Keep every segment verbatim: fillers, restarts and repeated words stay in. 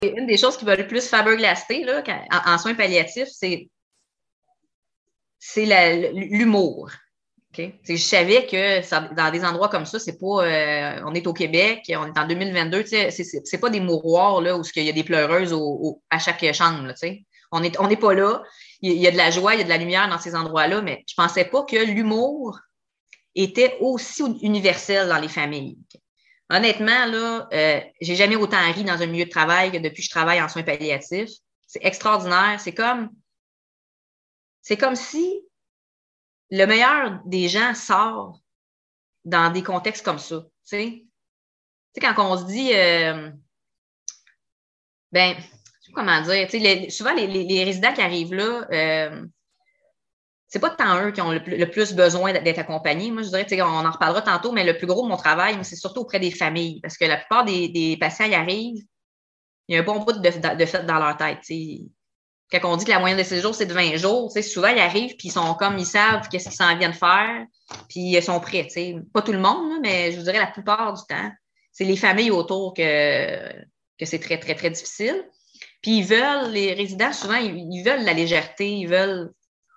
une des choses qui va le plus faberglaster là, en, en soins palliatifs, c'est, c'est la, l'humour. Okay? Je savais que ça, dans des endroits comme ça, c'est pas. Euh, on est au Québec, on est en deux mille vingt-deux, c'est, c'est, c'est pas des mouroirs là, où il y a des pleureuses au, au, à chaque chambre. Là, on n'est on est pas là. Il y a de la joie, il y a de la lumière dans ces endroits-là, mais je pensais pas que l'humour était aussi universel dans les familles. Honnêtement, là, euh, j'ai jamais autant ri dans un milieu de travail que depuis que je travaille en soins palliatifs. C'est extraordinaire. C'est comme, c'est comme si le meilleur des gens sort dans des contextes comme ça. Tu sais, tu sais quand on se dit, euh, ben, je sais pas comment dire, tu sais, les, souvent les, les, les résidents qui arrivent là, euh, c'est pas tant eux qui ont le, le plus besoin d'être accompagnés. Moi, je dirais, tu sais, on en reparlera tantôt, mais le plus gros de mon travail, c'est surtout auprès des familles, parce que la plupart des, des patients y arrivent, il y a un bon bout de, de, de fait dans leur tête. Tu sais. Quand on dit que la moyenne de séjour, c'est de vingt jours, tu sais, souvent, ils arrivent, puis ils sont comme, ils savent qu'est-ce qu'ils s'en viennent faire, puis ils sont prêts. Tu sais. Pas tout le monde, mais je vous dirais la plupart du temps, c'est les familles autour que, que c'est très, très, très difficile. Puis ils veulent, les résidents, souvent, ils, ils veulent la légèreté, ils veulent.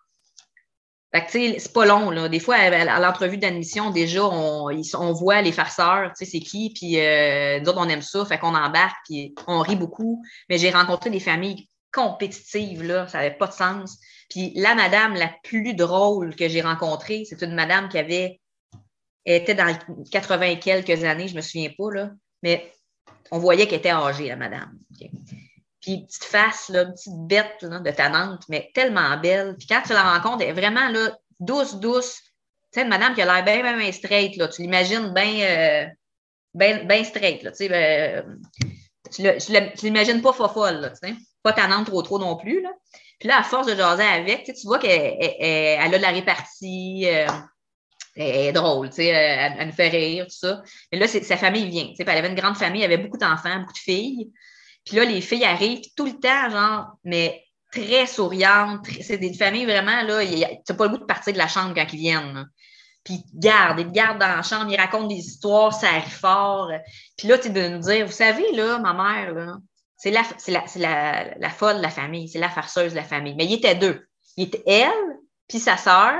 Fait que, tu sais, c'est pas long, là. Des fois, à, à l'entrevue d'admission, déjà, on, on voit les farceurs, tu sais, c'est qui, puis euh, nous autres, on aime ça, fait qu'on embarque, puis on rit beaucoup. Mais j'ai rencontré des familles compétitives, là, ça n'avait pas de sens. Puis la madame la plus drôle que j'ai rencontrée, c'est une madame qui avait, elle était dans quatre-vingts et quelques années, je me souviens pas, là, mais on voyait qu'elle était âgée, la madame. Okay. Puis petite face, là, petite bête là, de tannante, mais tellement belle. Puis quand tu la rencontres, elle est vraiment là, douce, douce. Tu sais, une madame qui a l'air bien, bien, bien straight. Là. Tu l'imagines bien euh, ben, ben straight. Là, tu sais, ben, tu, le, tu, le, tu l'imagines pas fofolle, là, tu sais. Pas tannante trop, trop non plus. Là. Puis là, à force de jaser avec, tu, sais, tu vois qu'elle elle, elle, elle a de la répartie. Euh, elle est drôle, tu sais, elle, elle nous fait rire, tout ça. Mais là, c'est, sa famille vient. Tu sais, elle avait une grande famille, elle avait beaucoup d'enfants, beaucoup de filles. Puis là, les filles arrivent tout le temps, genre, mais très souriantes. Très, c'est des familles vraiment, là, tu n'as pas le goût de partir de la chambre quand ils viennent. Là. Puis ils te gardent, ils te gardent dans la chambre, ils racontent des histoires, ça arrive fort. Puis là, tu sais, de nous dire, vous savez, là, ma mère, là, c'est la, c'est la, c'est la, la folle de la famille, c'est la farceuse de la famille. Mais il était deux. Il était elle, puis sa sœur.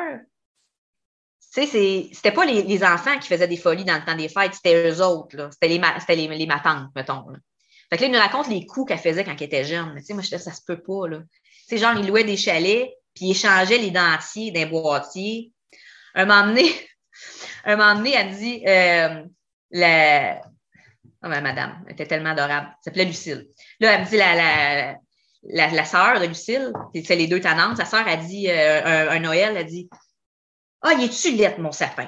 Tu sais, c'est, c'était pas les, les enfants qui faisaient des folies dans le temps des fêtes, c'était eux autres, là. C'était les, c'était les, les matantes, mettons, là. Fait que là, il nous raconte les coups qu'elle faisait quand elle était jeune. Mais tu sais, moi, je disais, ça se peut pas, là. Tu sais, genre, il louait des chalets, puis il échangeait les dentiers d'un boîtier. Un moment donné, un moment donné, elle me dit, euh, la... Oh, ben, madame, elle était tellement adorable. Elle s'appelait Lucille. Là, elle me dit, la, la, la, la sœur de Lucille, c'est les deux tannantes, sa sœur a dit, euh, un, un Noël, elle a dit, ah, il est-tu laid, mon sapin?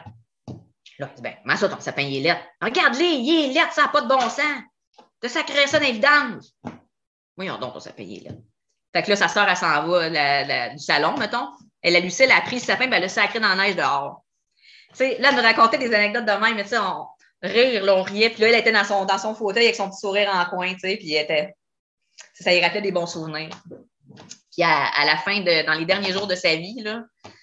Là, je dis, ben, comment ça, ton sapin, il est laid? Regarde-le, il est laid, ça n'a pas de bon sens. T'as sacré ça dans les vidanges. Voyons donc, on s'est payé, là. Fait que là, sa sœur, elle s'en va la, la, du salon, mettons. Elle a Lucille, elle a pris le sapin, ben, elle l'a sacré dans la neige dehors. Tu sais, là, elle nous racontait des anecdotes de même, mais tu sais, on rire, là, on riait. Puis là, elle était dans son, dans son fauteuil avec son petit sourire en coin, tu sais, puis elle était... Ça lui rappelait des bons souvenirs. Puis à, à la fin, de, dans les derniers jours de sa vie, là,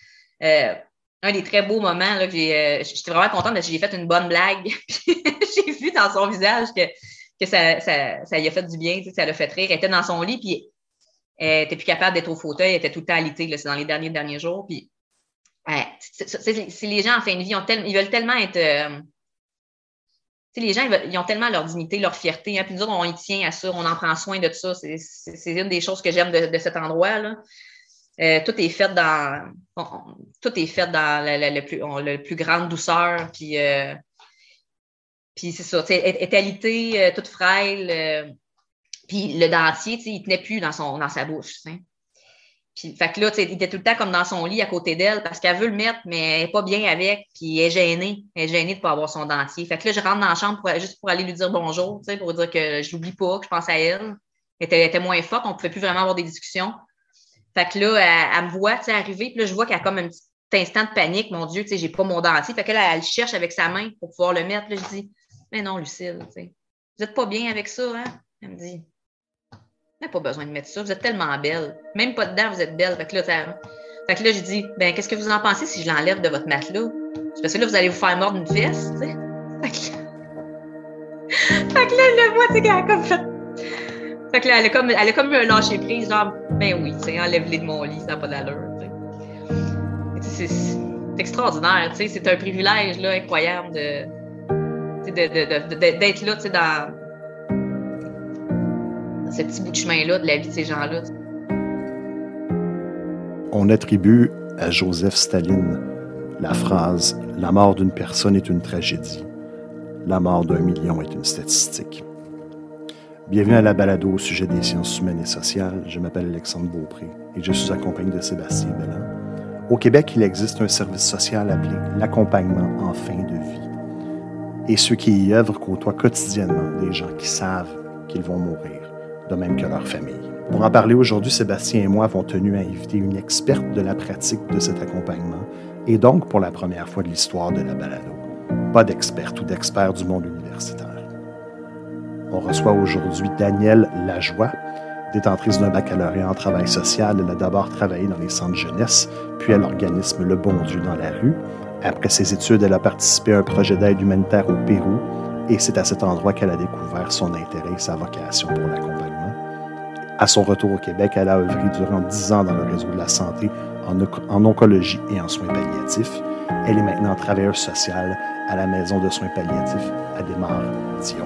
euh, un des très beaux moments, là, que j'ai, euh, j'étais vraiment contente parce que j'ai fait une bonne blague. Puis j'ai vu dans son visage que que ça, ça, ça lui a fait du bien, tu sais, ça l'a fait rire. Elle était dans son lit, puis elle n'était plus capable d'être au fauteuil, elle était tout le temps alitée, là, c'est dans les derniers derniers jours. Puis, ouais, c'est, c'est, c'est les gens en fin de vie, ont tel, ils veulent tellement être... Euh, tu sais, les gens, ils, veulent, ils ont tellement leur dignité, leur fierté, hein, puis nous autres, on y tient à ça, on en prend soin de ça. C'est, c'est, c'est une des choses que j'aime de, de cet endroit-là. Euh, tout est fait dans... On, tout est fait dans la, la, la, plus, on, la plus grande douceur, puis... Euh, Puis c'est ça, tu sais, elle était alitée, euh, toute frêle. Euh, puis le dentier, tu sais, il tenait plus dans, son, dans sa bouche, tu sais. Puis, fait que là, tu sais, il était tout le temps comme dans son lit à côté d'elle parce qu'elle veut le mettre, mais elle n'est pas bien avec, puis elle est gênée. Elle est gênée de ne pas avoir son dentier. Fait que là, je rentre dans la chambre pour, juste pour aller lui dire bonjour, tu sais, pour dire que je l'oublie pas, que je pense à elle. Elle était, elle était moins forte, on ne pouvait plus vraiment avoir des discussions. Fait que là, elle, elle me voit, tu sais, arriver, puis là, je vois qu'elle a comme un petit instant de panique. Mon Dieu, tu sais, j'ai pas mon dentier. Fait que là, elle cherche avec sa main pour pouvoir le mettre. Là, je dis, mais non, Lucille, tu sais, vous n'êtes pas bien avec ça, hein? Elle me dit, vous n'avez pas besoin de mettre ça, vous êtes tellement belle. Même pas dedans, vous êtes belle. Fait que là, fait que là je dis, ben, qu'est-ce que vous en pensez si je l'enlève de votre matelas? Parce que là, vous allez vous faire mordre une fesse, tu sais. Fait que, fait que là, je le vois, tu sais, qu'elle a comme fait. Fait que là, elle a comme, elle a comme un lâcher prise, genre, ben oui, tu sais, enlève-les de mon lit, ça n'a pas d'allure, tu sais. C'est, c'est extraordinaire, tu sais, c'est un privilège, là, incroyable de, de, de, de, de, d'être là, tu sais, dans, dans ce petit bout de chemin-là de la vie de ces gens-là. T'sais. On attribue à Joseph Staline la phrase « La mort d'une personne est une tragédie. La mort d'un million est une statistique. » Bienvenue à la balado au sujet des sciences humaines et sociales. Je m'appelle Alexandre Beaupré et je suis accompagné de Sébastien Belland. Au Québec, il existe un service social appelé l'accompagnement en fin de vie. Et ceux qui y œuvrent côtoient quotidiennement des gens qui savent qu'ils vont mourir, de même que leur famille. Pour en parler aujourd'hui, Sébastien et moi avons tenu à inviter une experte de la pratique de cet accompagnement et donc pour la première fois de l'histoire de la balado. Pas d'experte ou d'expert du monde universitaire. On reçoit aujourd'hui Danielle Lajoie, détentrice d'un baccalauréat en travail social. Elle a d'abord travaillé dans les centres jeunesse, puis à l'organisme Le Bon Dieu dans la rue. Après ses études, elle a participé à un projet d'aide humanitaire au Pérou et c'est à cet endroit qu'elle a découvert son intérêt et sa vocation pour l'accompagnement. À son retour au Québec, elle a œuvré durant dix ans dans le réseau de la santé en, en oncologie et en soins palliatifs. Elle est maintenant travailleuse sociale à la maison de soins palliatifs à Desmaures-Dion.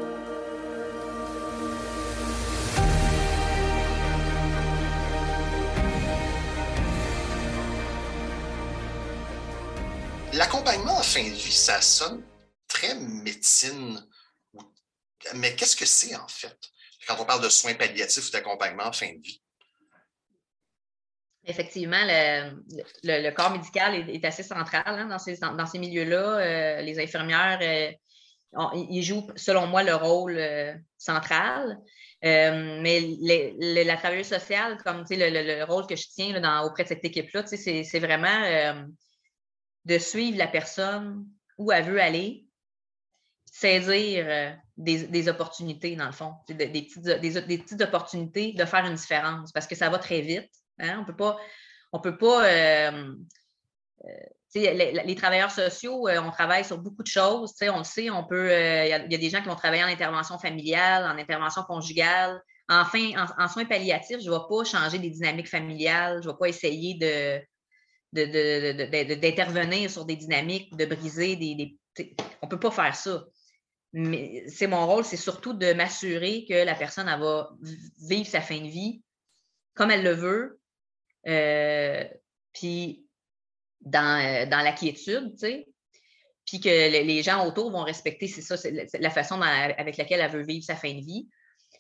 L'accompagnement en fin de vie, ça sonne très médecine. Mais qu'est-ce que c'est en fait, quand on parle de soins palliatifs ou d'accompagnement en fin de vie? Effectivement, le, le, le corps médical est, est assez central hein, dans, ces, dans, dans ces milieux-là. Euh, les infirmières, euh, on, ils jouent, selon moi, le rôle euh, central. Euh, mais les, les, la travailleuse sociale, comme le, le, le rôle que je tiens là, dans, auprès de cette équipe-là, c'est, c'est vraiment euh, de suivre la personne où elle veut aller, saisir euh, des, des opportunités, dans le fond, des, des, petites, des, des petites opportunités de faire une différence parce que ça va très vite. Hein? On peut pas, on peut pas euh, euh, les, les travailleurs sociaux, euh, on travaille sur beaucoup de choses. On le sait, on peut, il euh, y, y a des gens qui vont travailler en intervention familiale, en intervention conjugale. Enfin, en, en soins palliatifs, je ne vais pas changer des dynamiques familiales, je ne vais pas essayer de, de, de, de, de, de, d'intervenir sur des dynamiques, de briser des. des on ne peut pas faire ça. Mais c'est mon rôle, c'est surtout de m'assurer que la personne elle va vivre sa fin de vie comme elle le veut. Euh, puis dans, euh, dans la quiétude, tu sais, puis que le, les gens autour vont respecter, c'est ça, c'est la, c'est la façon dans, avec laquelle elle veut vivre sa fin de vie.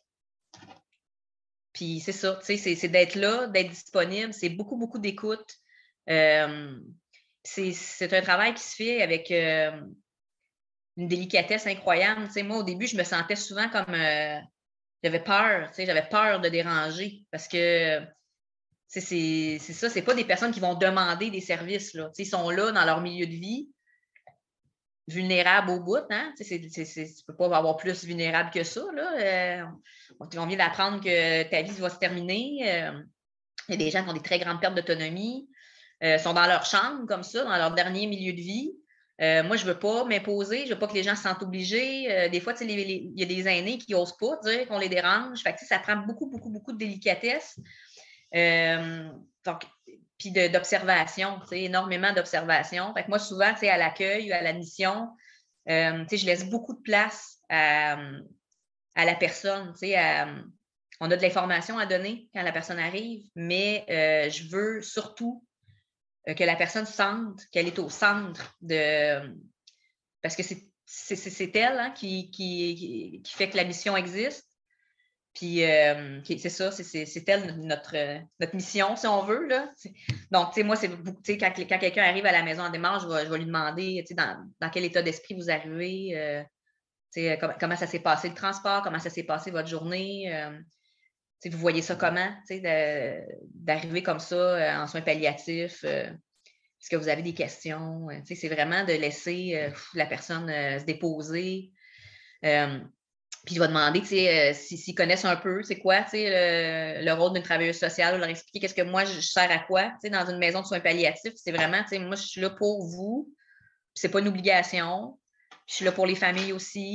Puis c'est ça, tu sais, c'est, c'est d'être là, d'être disponible, c'est beaucoup, beaucoup d'écoute. Euh, c'est, c'est un travail qui se fait avec euh, une délicatesse incroyable. Tu sais, moi, au début, je me sentais souvent comme... Euh, j'avais peur, tu sais, j'avais peur de déranger parce que... C'est, c'est, c'est ça, c'est pas des personnes qui vont demander des services. Là. Ils sont là dans leur milieu de vie, vulnérables au bout. Hein? C'est, c'est, c'est, tu ne peux pas avoir plus vulnérable que ça. Là. Euh, on vient d'apprendre que ta vie va se terminer. Euh, il y a des gens qui ont des très grandes pertes d'autonomie, euh, sont dans leur chambre comme ça, dans leur dernier milieu de vie. Euh, moi, je ne veux pas m'imposer, je ne veux pas que les gens se sentent obligés. Euh, des fois, il y a des aînés qui n'osent pas dire qu'on les dérange. Fait que, ça prend beaucoup, beaucoup, beaucoup de délicatesse. Euh, donc, puis de, d'observation, tu sais, énormément d'observation. Fait que moi, souvent, tu sais, à l'accueil ou à l'admission, euh, tu sais, je laisse beaucoup de place à, à la personne, tu sais, à, on a de l'information à donner quand la personne arrive, mais euh, je veux surtout euh, que la personne sente qu'elle est au centre de... Parce que c'est, c'est, c'est elle hein, qui, qui, qui fait que la mission existe. Puis, euh, c'est ça, c'est, c'est, c'est elle notre, notre mission, si on veut. Là. Donc, tu sais, moi, c'est beaucoup, tu sais, quand, quand quelqu'un arrive à la maison en démarche, je vais, je vais lui demander, tu sais, dans, dans quel état d'esprit vous arrivez, euh, tu sais, comment, comment ça s'est passé le transport, comment ça s'est passé votre journée, euh, tu sais, vous voyez ça comment, tu sais, de, d'arriver comme ça euh, en soins palliatifs, euh, est-ce que vous avez des questions, euh, tu sais, c'est vraiment de laisser euh, la personne euh, se déposer. Euh, Puis, je vais demander euh, s'ils, s'ils connaissent un peu, c'est quoi le, le rôle d'une travailleuse sociale, leur expliquer qu'est-ce que moi, je, je sers à quoi dans une maison de soins palliatifs. C'est vraiment, moi, je suis là pour vous. Puis c'est pas une obligation. Puis je suis là pour les familles aussi.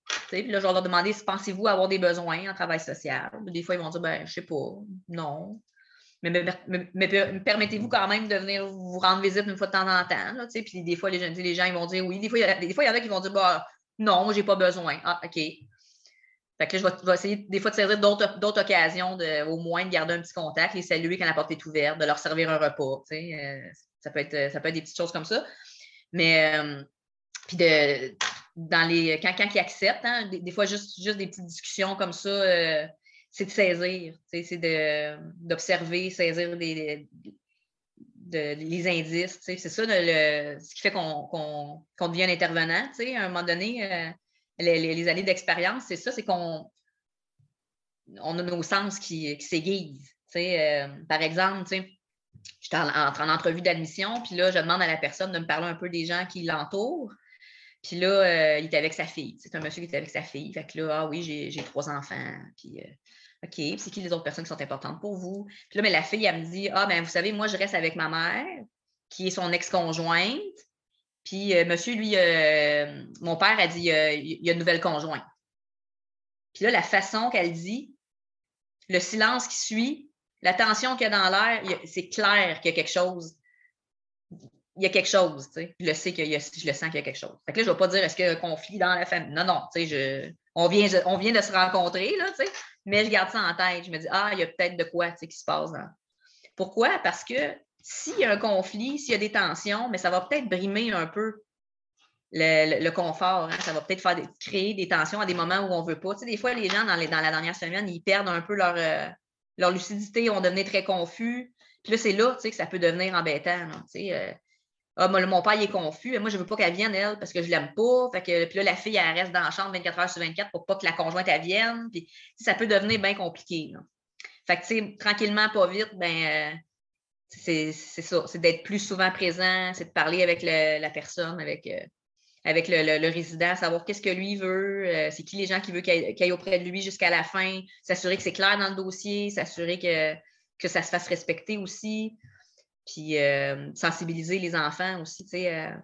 Puis là, je vais leur demander si pensez-vous avoir des besoins en travail social. Des fois, ils vont dire, ben, je sais pas, non. Mais, mais, mais, mais permettez-vous quand même de venir vous rendre visite une fois de temps en temps. Là, puis des fois, les gens, les gens ils vont dire oui. Des fois, il y, a, des fois, il y en a qui vont dire, bah, non, moi, j'ai pas besoin. Ah, OK. Fait que là, je vais, je vais essayer des fois de saisir d'autres, d'autres occasions, de, au moins de garder un petit contact, les saluer quand la porte est ouverte, de leur servir un repas. Euh, ça, peut être, ça peut être des petites choses comme ça. Mais, euh, puis de, dans les, quand, quand ils acceptent, hein, des, des fois, juste, juste des petites discussions comme ça, euh, c'est de saisir, c'est de, d'observer, saisir des, de, les indices. C'est ça le, ce qui fait qu'on, qu'on, qu'on devient un intervenant. À un moment donné, euh, les, les, les années d'expérience, c'est ça, c'est qu'on on a nos sens qui, qui s'aiguisent. Euh, par exemple, j'étais en, en, en entrevue d'admission, puis là, je demande à la personne de me parler un peu des gens qui l'entourent. Puis là, euh, il était avec sa fille. C'est un monsieur qui était avec sa fille. Fait que là, ah oui, j'ai, j'ai trois enfants. Puis, euh, OK, puis c'est qui les autres personnes qui sont importantes pour vous? Puis là, mais la fille, elle me dit, ah, ben vous savez, moi, je reste avec ma mère, qui est son ex-conjointe. Puis euh, monsieur, lui, euh, mon père a dit, euh, il y a une nouvelle conjointe. Puis là, la façon qu'elle dit, le silence qui suit, la tension qu'il y a dans l'air, c'est clair qu'il y a quelque chose. Il y a quelque chose, tu sais. Je le sais qu'il y a, je le sens qu'il y a quelque chose. Fait que là, je ne vais pas dire est-ce qu'il y a un conflit dans la famille. Non, non, tu sais, je, on vient, je, on vient de se rencontrer, là, tu sais. Mais je garde ça en tête. Je me dis, ah, il y a peut-être de quoi, tu sais, qui se passe. Dans... Pourquoi? Parce que s'il y a un conflit, s'il y a des tensions, mais ça va peut-être brimer un peu le, le, le confort. Hein? Ça va peut-être faire des, créer des tensions à des moments où on ne veut pas. Tu sais, des fois, les gens, dans, les, dans la dernière semaine, ils perdent un peu leur, euh, leur lucidité, ils vont devenir très confus. Puis là, c'est là, tu sais, que ça peut devenir embêtant, là, tu sais. Euh, Ah, moi, mon père, il est confus. Moi, je ne veux pas qu'elle vienne, elle, parce que je ne l'aime pas. Fait que, puis là, la fille, elle reste dans la chambre vingt-quatre heures sur vingt-quatre pour pas que la conjointe, elle vienne. Puis, ça peut devenir bien compliqué. Là. Fait que, tu sais, tranquillement, pas vite, ben, euh, c'est, c'est ça. C'est d'être plus souvent présent, c'est de parler avec le, la personne, avec, euh, avec le, le, le résident, savoir qu'est-ce que lui veut, euh, c'est qui les gens qui veut qu'il aille, qu'il aille auprès de lui jusqu'à la fin, s'assurer que c'est clair dans le dossier, s'assurer que, que ça se fasse respecter aussi. Puis euh, sensibiliser les enfants aussi, tu sais, euh,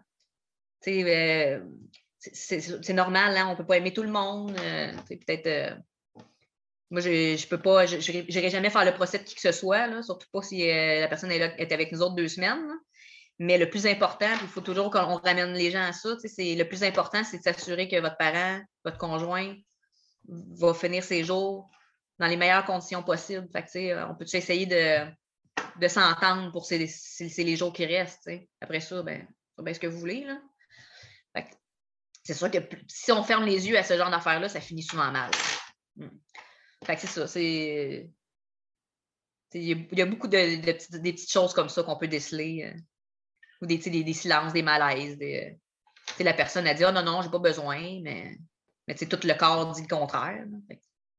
euh, c'est, c'est normal, hein, on ne peut pas aimer tout le monde. Euh, peut-être, euh, moi, je je peux pas, je n'irai jamais faire le procès de qui que ce soit, là, surtout pas si euh, la personne est, là, est avec nous autres deux semaines. Là. Mais le plus important, il faut toujours qu'on ramène les gens à ça, c'est, le plus important, c'est de s'assurer que votre parent, votre conjoint va finir ses jours dans les meilleures conditions possibles. Fait que, on peut essayer de de s'entendre pour ces, ces, ces les jours qui restent. T'sais. Après ça, ben, c'est bien ce que vous voulez. Là. Fait que, c'est sûr que si on ferme les yeux à ce genre d'affaires-là, ça finit souvent mal. Hmm. Fait que c'est ça. C'est, il y, y a beaucoup de, de, de, des petites choses comme ça qu'on peut déceler. Euh, ou des, des, des silences, des malaises. Des, la personne a dit « Ah non, non, j'ai pas besoin », mais, mais tout le corps dit le contraire. Là.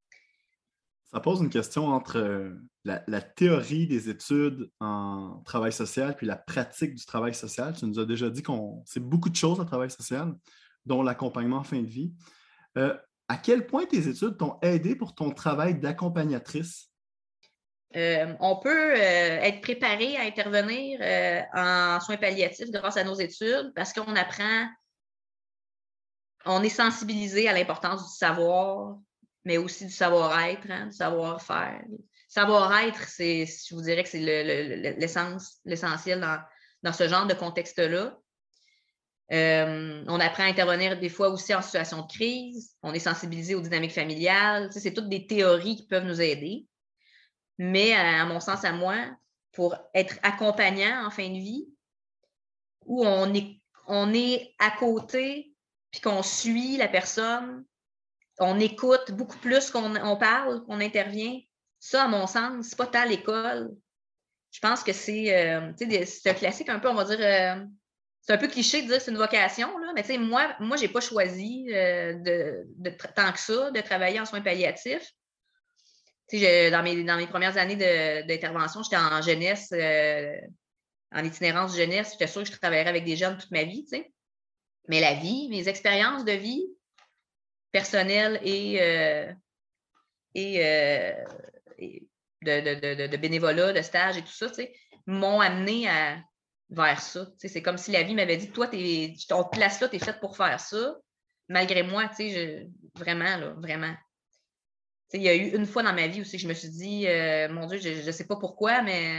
Ça pose une question entre la, la théorie des études en travail social puis la pratique du travail social. Tu nous as déjà dit qu'on c'est beaucoup de choses en travail social, dont l'accompagnement en fin de vie. Euh, à quel point tes études t'ont aidé pour ton travail d'accompagnatrice? Euh, on peut euh, être préparé à intervenir euh, en soins palliatifs grâce à nos études parce qu'on apprend, on est sensibilisé à l'importance du savoir, mais aussi du savoir-être, hein, du savoir-faire. Savoir-être, c'est, je vous dirais que c'est le, le, l'essence, l'essentiel dans, dans ce genre de contexte-là. Euh, on apprend à intervenir des fois aussi en situation de crise. On est sensibilisé aux dynamiques familiales. Tu sais, c'est toutes des théories qui peuvent nous aider. Mais à, à mon sens, à moi, pour être accompagnant en fin de vie, où on est, on est à côté puis qu'on suit la personne, on écoute beaucoup plus qu'on on parle, qu'on intervient. Ça, à mon sens, c'est pas tant l'école. Je pense que c'est, euh, c'est un classique un peu, on va dire, euh, c'est un peu cliché de dire que c'est une vocation, là, mais moi, moi, je n'ai pas choisi euh, de, de, tant que ça de travailler en soins palliatifs. Je, dans, mes, dans mes premières années de, d'intervention, j'étais en jeunesse, euh, en itinérance jeunesse. J'étais sûre que je travaillerais avec des jeunes toute ma vie. T'sais. Mais la vie, mes expériences de vie personnelles et, euh, et, euh, et de, de, de, de bénévolat, de stage et tout ça, m'ont amené à, vers ça. C'est comme si la vie m'avait dit, toi, t'es, ton place là, tu es faite pour faire ça. malgré moi, tu sais, je, vraiment, là, vraiment. Tu sais, il y a eu une fois dans ma vie aussi, je me suis dit, euh, mon Dieu, je ne sais pas pourquoi, mais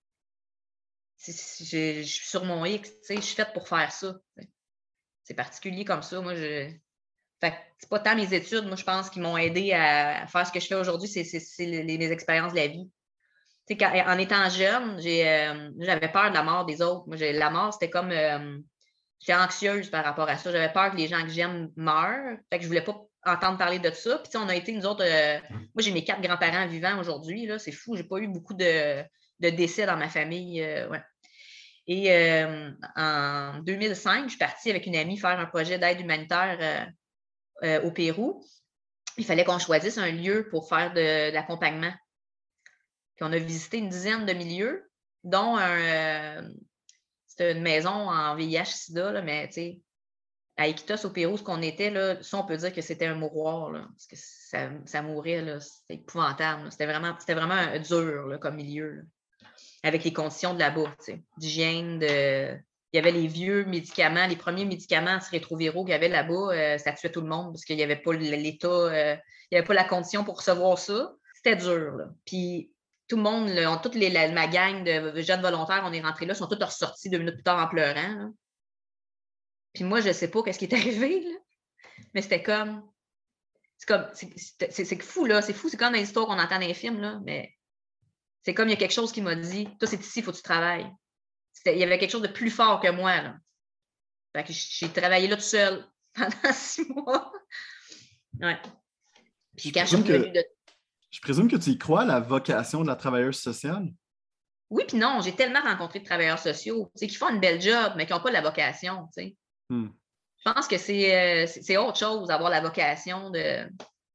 je, je suis sur mon X, tu sais, je suis faite pour faire ça. T'sais. C'est particulier comme ça. Moi, je. Fait que c'est pas tant mes études, moi, je pense, qui m'ont aidé à faire ce que je fais aujourd'hui, c'est, c'est, c'est les, les expériences de la vie. Tu sais, quand, en étant jeune, j'ai, euh, j'avais peur de la mort des autres. Moi, j'ai, la mort, c'était comme. Euh, j'étais anxieuse par rapport à ça. J'avais peur que les gens que j'aime meurent. Fait que je voulais pas entendre parler de ça. Puis, tu sais, on a été, nous autres. Euh, moi, j'ai mes quatre grands-parents vivants aujourd'hui. Là, c'est fou. J'ai pas eu beaucoup de, de décès dans ma famille. Euh, ouais. Et euh, en deux mille cinq, je suis partie avec une amie faire un projet d'aide humanitaire euh, euh, au Pérou. Il fallait qu'on choisisse un lieu pour faire de, de l'accompagnement. Puis on a visité une dizaine de milieux, dont un, euh, c'était une maison en V I H sida, là, mais tu sais, à Iquitos, au Pérou, ce qu'on était, là, ça, on peut dire que c'était un mouroir, là, parce que ça, ça mourait, là, c'était épouvantable. Là. C'était vraiment, c'était vraiment un, dur là, comme milieu, là, avec les conditions de là-bas, tu sais, d'hygiène, de... Il y avait les vieux médicaments, les premiers médicaments antirétroviraux qu'il y avait là-bas, euh, ça tuait tout le monde parce qu'il n'y avait pas l'état, euh, il n'y avait pas la condition pour recevoir ça. C'était dur, là. Puis tout le monde, là, toute les, la, ma gang de jeunes volontaires, on est rentrés là, sont tous ressortis deux minutes plus tard en pleurant. Là. Puis moi, je ne sais pas qu'est-ce qui est arrivé, là. Mais c'était comme. C'est comme. C'est, c'est, c'est fou, là. C'est fou, c'est comme dans l'histoire qu'on entend dans les films, là. Mais c'est comme il y a quelque chose qui m'a dit toi, c'est ici, il faut que tu travailles. C'était, il y avait quelque chose de plus fort que moi, là. Fait que j'ai travaillé là tout seul pendant six mois. Ouais. Puis je quand je suis revenue que... de. Je présume que tu y crois, la vocation de la travailleuse sociale? Oui, puis non, j'ai tellement rencontré de travailleurs sociaux qui font une belle job, mais qui n'ont pas la vocation. Hmm. Je pense que c'est, c'est, c'est autre chose, avoir la vocation de.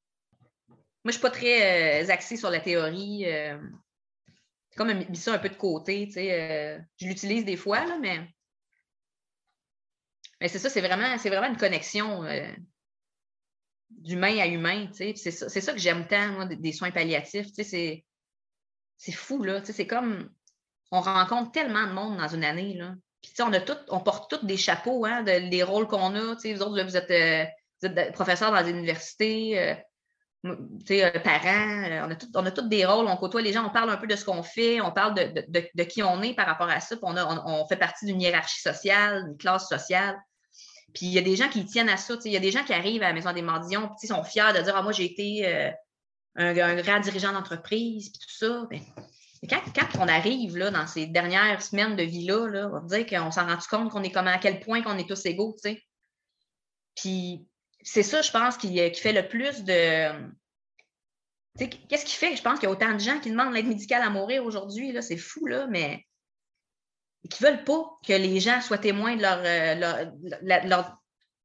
Moi, je ne suis pas très euh, axée sur la théorie. Euh... C'est comme mis ça un peu de côté. Euh... Je l'utilise des fois, là, mais. Mais c'est ça, c'est vraiment, c'est vraiment une connexion euh... d'humain à humain. C'est ça, c'est ça que j'aime tant, moi, des soins palliatifs. C'est, c'est fou, là. C'est comme. On rencontre tellement de monde dans une année, là. Puis, on, a tout, on porte tous des chapeaux, hein, de, des rôles qu'on a. Vous autres, là, vous êtes, euh, vous êtes professeurs dans des universités, euh, euh, parents. Euh, on, a tout, on a tous des rôles, on côtoie les gens, on parle un peu de ce qu'on fait, on parle de, de, de, de qui on est par rapport à ça. Puis on, a, on, on fait partie d'une hiérarchie sociale, d'une classe sociale. Puis, il y a des gens qui tiennent à ça. Il y a des gens qui arrivent à la Maison des Mordillons, puis sont fiers de dire ah, moi, j'ai été euh, un, un grand dirigeant d'entreprise, puis tout ça. Bien, Quand, quand on arrive là, dans ces dernières semaines de vie-là, là, on va dire qu'on s'en rend compte qu'on est comment, à quel point qu'on est tous égaux, tu sais. Puis c'est ça, je pense, qui, qui fait le plus de. Tu sais, qu'est-ce qui fait? Je pense qu'il y a autant de gens qui demandent l'aide médicale à mourir aujourd'hui, là, c'est fou, là, mais qui ne veulent pas que les gens soient témoins de leur, leur, leur, leur,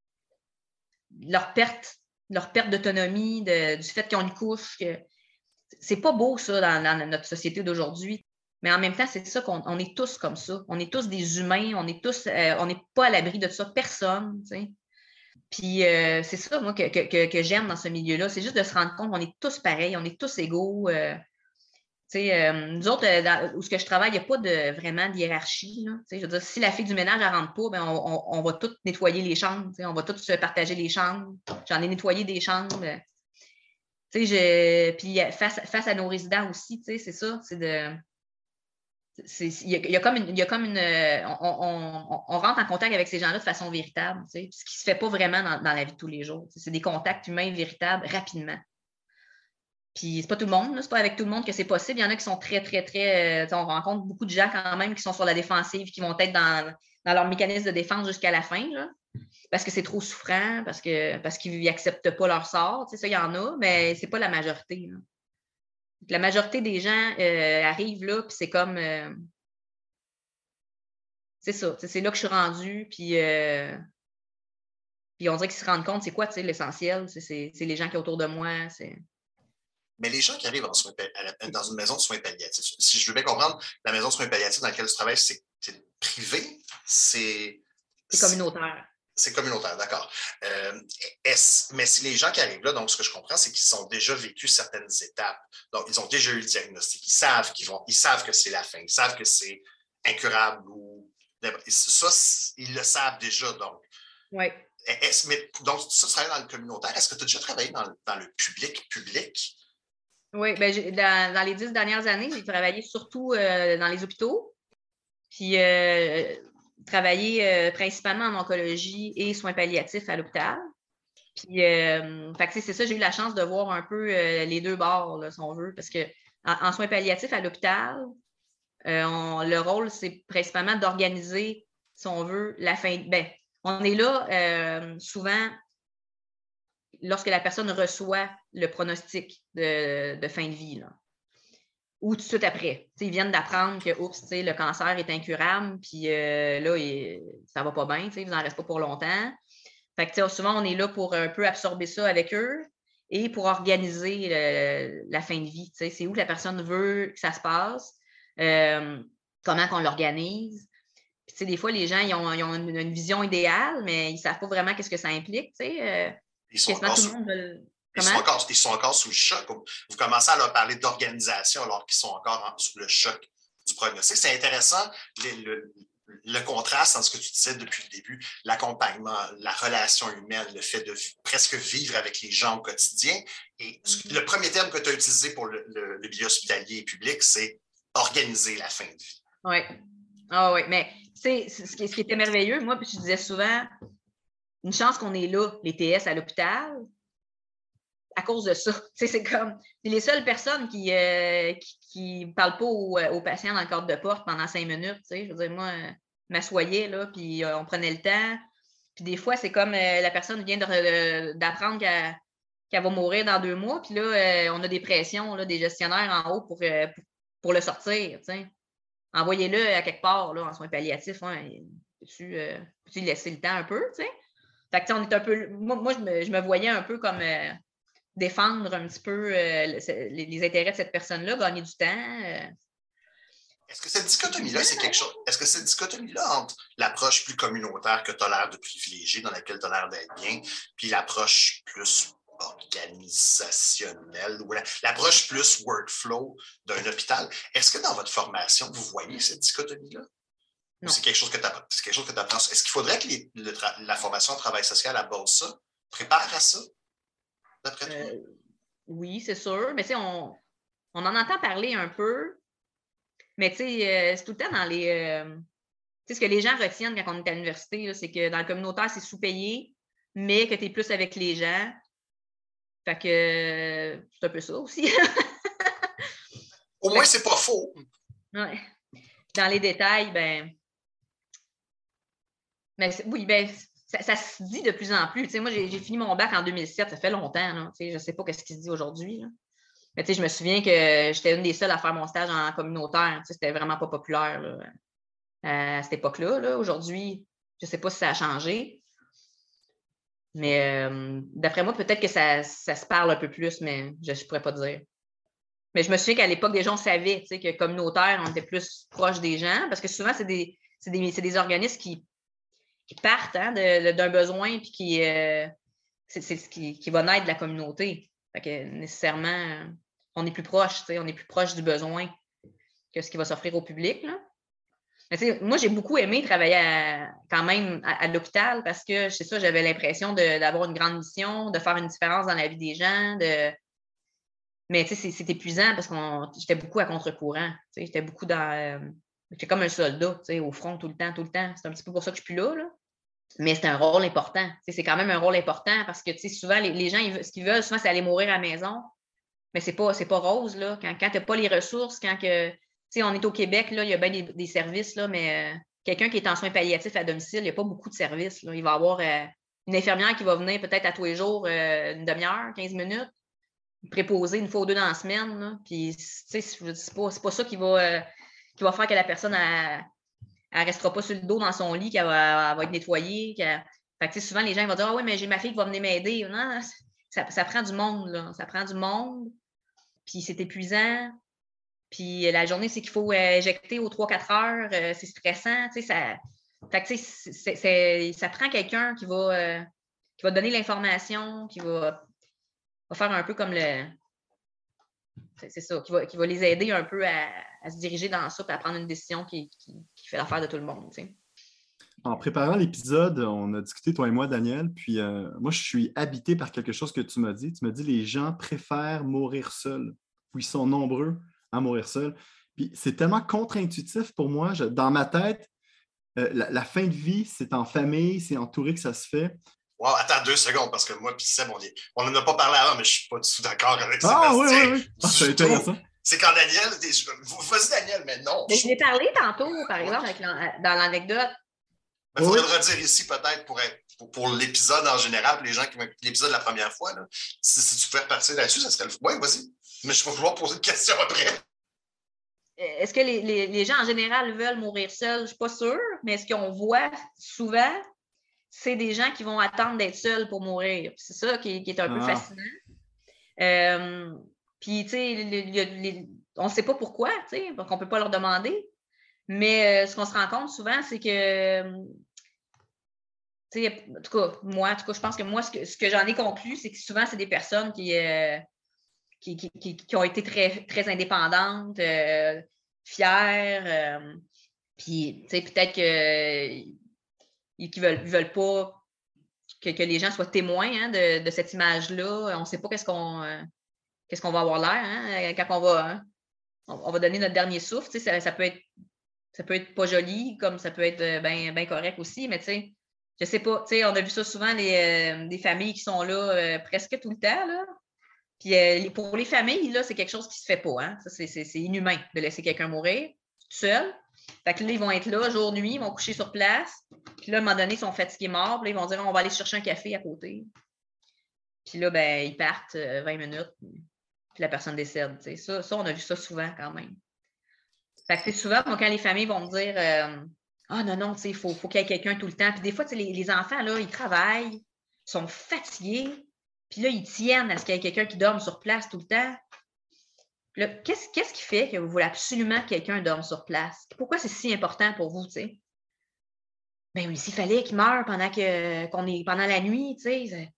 leur perte, leur perte d'autonomie, de, du fait qu'ils ont une couche. Que, c'est pas beau, ça, dans, dans notre société d'aujourd'hui. Mais en même temps, c'est ça qu'on on est tous comme ça. On est tous des humains. On est tous, euh, on n'est pas à l'abri de ça. Personne, tu sais. Puis euh, c'est ça, moi, que, que, que j'aime dans ce milieu-là. C'est juste de se rendre compte qu'on est tous pareils. On est tous égaux. Euh, tu sais, euh, nous autres, dans, où ce que je travaille, il n'y a pas de, vraiment de hiérarchie. Là. Tu sais, je veux dire, si la fille du ménage, elle rentre pas, ben on, on, on va tous nettoyer les chambres. Tu sais, on va tous se partager les chambres. J'en ai nettoyé des chambres. Tu sais, je... Puis face, face à nos résidents aussi, tu sais, c'est ça, c'est de... Il y, y a comme une... Y a comme une on, on, on rentre en contact avec ces gens-là de façon véritable, tu sais, ce qui ne se fait pas vraiment dans, dans la vie de tous les jours. C'est des contacts humains véritables rapidement. Puis c'est pas tout le monde, c'est pas avec tout le monde que c'est possible. Il y en a qui sont très, très, très... On rencontre beaucoup de gens quand même qui sont sur la défensive, qui vont être dans, dans leur mécanisme de défense jusqu'à la fin, là. Parce que c'est trop souffrant, parce que parce qu'ils n'acceptent pas leur sort. Tu sais, ça, il y en a, mais c'est pas la majorité. Là. La majorité des gens euh, arrivent là, puis c'est comme... Euh, c'est ça, c'est là que je suis rendue, puis, euh, puis on dirait qu'ils se rendent compte, c'est quoi, tu sais, l'essentiel? C'est, c'est, c'est les gens qui sont autour de moi, c'est... Mais les gens qui arrivent en soins, dans une maison de soins palliatifs, si je veux bien comprendre, la maison de soins palliatifs dans laquelle tu travailles, c'est, c'est privé? C'est... C'est communautaire. C'est communautaire, d'accord. Euh, mais si les gens qui arrivent là, donc ce que je comprends, c'est qu'ils ont déjà vécu certaines étapes. Donc, ils ont déjà eu le diagnostic. Ils savent qu'ils vont, ils savent que c'est la fin. Ils savent que c'est incurable ou ça, ils le savent déjà. Donc, oui. est-ce, mais, donc, ça, tu travailles dans le communautaire. Est-ce que tu as déjà travaillé dans, dans le public public? Oui, ben, j'ai, dans, dans les dix dernières années, j'ai travaillé surtout euh, dans les hôpitaux. Puis, euh, travaillé euh, principalement en oncologie et soins palliatifs à l'hôpital. Puis, euh, fait que, c'est ça, j'ai eu la chance de voir un peu euh, les deux bords, là, si on veut, parce que en, en soins palliatifs à l'hôpital, euh, on, le rôle, c'est principalement d'organiser, si on veut, la fin. Ben, on est là euh, souvent lorsque la personne reçoit le pronostic de, de fin de vie, là. Ou tout de suite après. T'sais, ils viennent d'apprendre que oups, le cancer est incurable, puis euh, là, il, ça va pas bien, vous n'en restez pas pour longtemps. Fait que souvent, on est là pour un peu absorber ça avec eux et pour organiser le, la fin de vie. C'est où la personne veut que ça se passe, euh, comment qu'on l'organise. Puis, des fois, les gens ils ont, ils ont une, une vision idéale, mais ils ne savent pas vraiment qu'est-ce que ça implique. Euh, ils, sont encore sous, veut... ils, sont encore, ils sont encore sous le choc. Vous commencez à leur parler d'organisation alors qu'ils sont encore en, sous le choc du prognostic. C'est intéressant, les, le, le contraste entre ce que tu disais depuis le début, l'accompagnement, la relation humaine, le fait de presque vivre avec les gens au quotidien. Et mm-hmm. le premier terme que tu as utilisé pour le, le, le milieu hospitalier et public, c'est organiser la fin de vie. Oui. Ah oui, mais c'est, ce, qui, ce qui était merveilleux, moi, je disais souvent, une chance qu'on est là, les T S à l'hôpital, à cause de ça. C'est comme, c'est les seules personnes qui ne euh, qui, qui parlent pas aux, aux patients dans le cadre de porte pendant cinq minutes. Je veux dire, moi, euh, m'assoyais, là, puis euh, on prenait le temps. Puis des fois, c'est comme euh, la personne vient de, de, d'apprendre qu'elle, qu'elle va mourir dans deux mois, puis là, euh, on a des pressions, là, des gestionnaires en haut pour, euh, pour, pour le sortir, t'sais. Envoyez-le à quelque part, là, en soins palliatifs. Hein, peux-tu, euh, peux-tu laisser le temps un peu, tu sais? Fait que, on est un peu... Moi, moi je, me, je me voyais un peu comme euh, défendre un petit peu euh, les, les intérêts de cette personne-là, gagner du temps. Euh. Est-ce que cette dichotomie-là, c'est quelque chose... Est-ce que cette dichotomie-là entre l'approche plus communautaire que tu as l'air de privilégier, dans laquelle tu as l'air d'être bien, puis l'approche plus organisationnelle ou la, l'approche plus workflow d'un hôpital. Est-ce que dans votre formation, vous voyez cette dichotomie-là? Ou c'est quelque chose que tu apprends? Est-ce qu'il faudrait que les, le tra- la formation en travail social aborde ça? Prépare à ça, d'après toi? Euh, oui, c'est sûr. Mais tu sais, on, on en entend parler un peu. Mais tu sais, euh, c'est tout le temps dans les... Euh, tu sais, ce que les gens retiennent quand on est à l'université, là, c'est que dans le communautaire, c'est sous-payé, mais que tu es plus avec les gens. Fait que c'est un peu ça aussi. Au moins, c'est pas faux. Ouais. Dans les détails, ben. Mais oui, ben, ça, ça se dit de plus en plus. Tu sais, moi, j'ai, j'ai fini mon bac en deux mille sept, ça fait longtemps. Là. Tu sais, je ne sais pas ce qui se dit aujourd'hui. Là. Mais tu sais, je me souviens que j'étais une des seules à faire mon stage en communautaire. Tu sais, c'était vraiment pas populaire là, à cette époque-là. Là. Aujourd'hui, je ne sais pas si ça a changé. Mais euh, d'après moi, peut-être que ça, ça se parle un peu plus, mais je ne pourrais pas dire. Mais je me souviens qu'à l'époque, des gens savaient tu sais, que communautaire, on était plus proche des gens, parce que souvent, c'est des, c'est des, c'est des organismes qui, qui partent hein, de, de, d'un besoin puis qui, euh, c'est, c'est ce qui, qui va naître de la communauté. Fait que nécessairement, on est plus proche, tu sais, on est plus proche du besoin que ce qui va s'offrir au public. Là. Mais moi, j'ai beaucoup aimé travailler à, quand même à, à l'hôpital parce que, c'est ça, j'avais l'impression de, d'avoir une grande mission, de faire une différence dans la vie des gens. De... Mais c'est, c'est épuisant parce que j'étais beaucoup à contre-courant. J'étais beaucoup dans... Euh, j'étais comme un soldat au front tout le temps, tout le temps. C'est un petit peu pour ça que je ne suis plus là. là. Mais c'est un rôle important. C'est quand même un rôle important parce que souvent, les, les gens, ils, ce qu'ils veulent, souvent, c'est aller mourir à la maison. Mais ce n'est pas, c'est pas rose. Là. Quand, quand tu n'as pas les ressources, quand que... Tu sais, on est au Québec, là, il y a bien des, des services, là, mais euh, quelqu'un qui est en soins palliatifs à domicile, il n'y a pas beaucoup de services. Là. Il va y avoir euh, une infirmière qui va venir peut-être à tous les jours, euh, une demi-heure, quinze minutes, préposer une fois ou deux dans la semaine. Là. Puis, tu sais, c'est pas, c'est pas ça qui va, euh, qui va faire que la personne, elle ne restera pas sur le dos dans son lit, qu'elle va, elle va être nettoyée. Qu'elle... Fait que, souvent, les gens vont dire « Ah oui, mais j'ai ma fille qui va venir m'aider. » Non, ça, ça prend du monde. Là. Ça prend du monde. Puis, c'est épuisant. Puis la journée, c'est qu'il faut euh, éjecter aux trois quatre heures. Euh, c'est stressant. Tu sais, ça, fait que, tu sais, c'est, c'est, ça prend quelqu'un qui va, euh, qui va donner l'information, qui va, va faire un peu comme le... C'est, c'est ça, qui va, qui va les aider un peu à, à se diriger dans ça et à prendre une décision qui, qui, qui fait l'affaire de tout le monde. Tu sais. En préparant l'épisode, on a discuté, toi et moi, Daniel, puis euh, moi, je suis habité par quelque chose que tu m'as dit. Tu m'as dit les gens préfèrent mourir seuls, ou ils sont nombreux à mourir seuls. Puis c'est tellement contre-intuitif pour moi. Je- dans ma tête, euh, la, la fin de vie, c'est en famille, c'est entouré que ça se fait. Wow, attends deux secondes, parce que moi, puis Seb, on n'en a pas parlé avant, mais je ne suis pas du tout d'accord avec Ah oui, Sébastien. oui, oui. Ah, c'est intéressant. C'est quand Daniel, vas-y Daniel, mais non. Mais je l'ai parlé tantôt, par exemple, avec dans l'anecdote. Il faudrait oui. le redire ici peut-être pour, pour, pour l'épisode en général, pour les gens qui m'ont écouté l'épisode la première fois. Là. Si, si tu pouvais repartir là-dessus, ça serait le Oui, vas-y. Mais je vais vouloir poser une question après. Est-ce que les, les, les gens en général veulent mourir seuls? Je ne suis pas sûre, mais ce qu'on voit souvent, c'est des gens qui vont attendre d'être seuls pour mourir. C'est ça qui, qui est un ah. peu fascinant. Euh, Puis, tu sais, on ne sait pas pourquoi, tu sais, donc on ne peut pas leur demander. Mais euh, ce qu'on se rend compte souvent, c'est que, tu sais, en tout cas, moi, en tout cas, je pense que moi, ce que, ce que j'en ai conclu, c'est que souvent, c'est des personnes qui, euh, qui, qui, qui, qui ont été très, très indépendantes, euh, fières, euh, puis, tu sais, peut-être qu'ils ne veulent, veulent pas que, que les gens soient témoins hein, de, de cette image-là. On ne sait pas qu'est-ce qu'on, euh, qu'est-ce qu'on va avoir l'air hein, quand on va, hein, on, on va donner notre dernier souffle. Tu sais, ça, ça peut être Ça peut être pas joli, comme ça peut être bien ben correct aussi, mais tu sais, je sais pas, tu sais, on a vu ça souvent, les, euh, des familles qui sont là euh, presque tout le temps, là. Puis euh, pour les familles, là, c'est quelque chose qui se fait pas, hein. Ça, c'est, c'est, c'est inhumain de laisser quelqu'un mourir tout seul. Fait que là, ils vont être là jour, nuit, ils vont coucher sur place. Puis là, à un moment donné, ils sont fatigués morts. Puis là, ils vont dire, on va aller chercher un café à côté. Puis là, ben, ils partent euh, vingt minutes. Puis la personne décède, tu sais. Ça, ça, on a vu ça souvent quand même. Fait que c'est souvent, donc, quand les familles vont me dire euh, ah non, non, tu sais, il faut, faut qu'il y ait quelqu'un tout le temps. Puis des fois, tu sais, les, les enfants, là, ils travaillent, sont fatigués, puis là, ils tiennent à ce qu'il y ait quelqu'un qui dorme sur place tout le temps. Puis là, qu'est-ce, qu'est-ce qui fait que vous voulez absolument que quelqu'un dorme sur place? Pourquoi c'est si important pour vous, tu sais? Ben oui, s'il fallait qu'il meure pendant que qu'on est pendant la nuit, tu sais. C'est...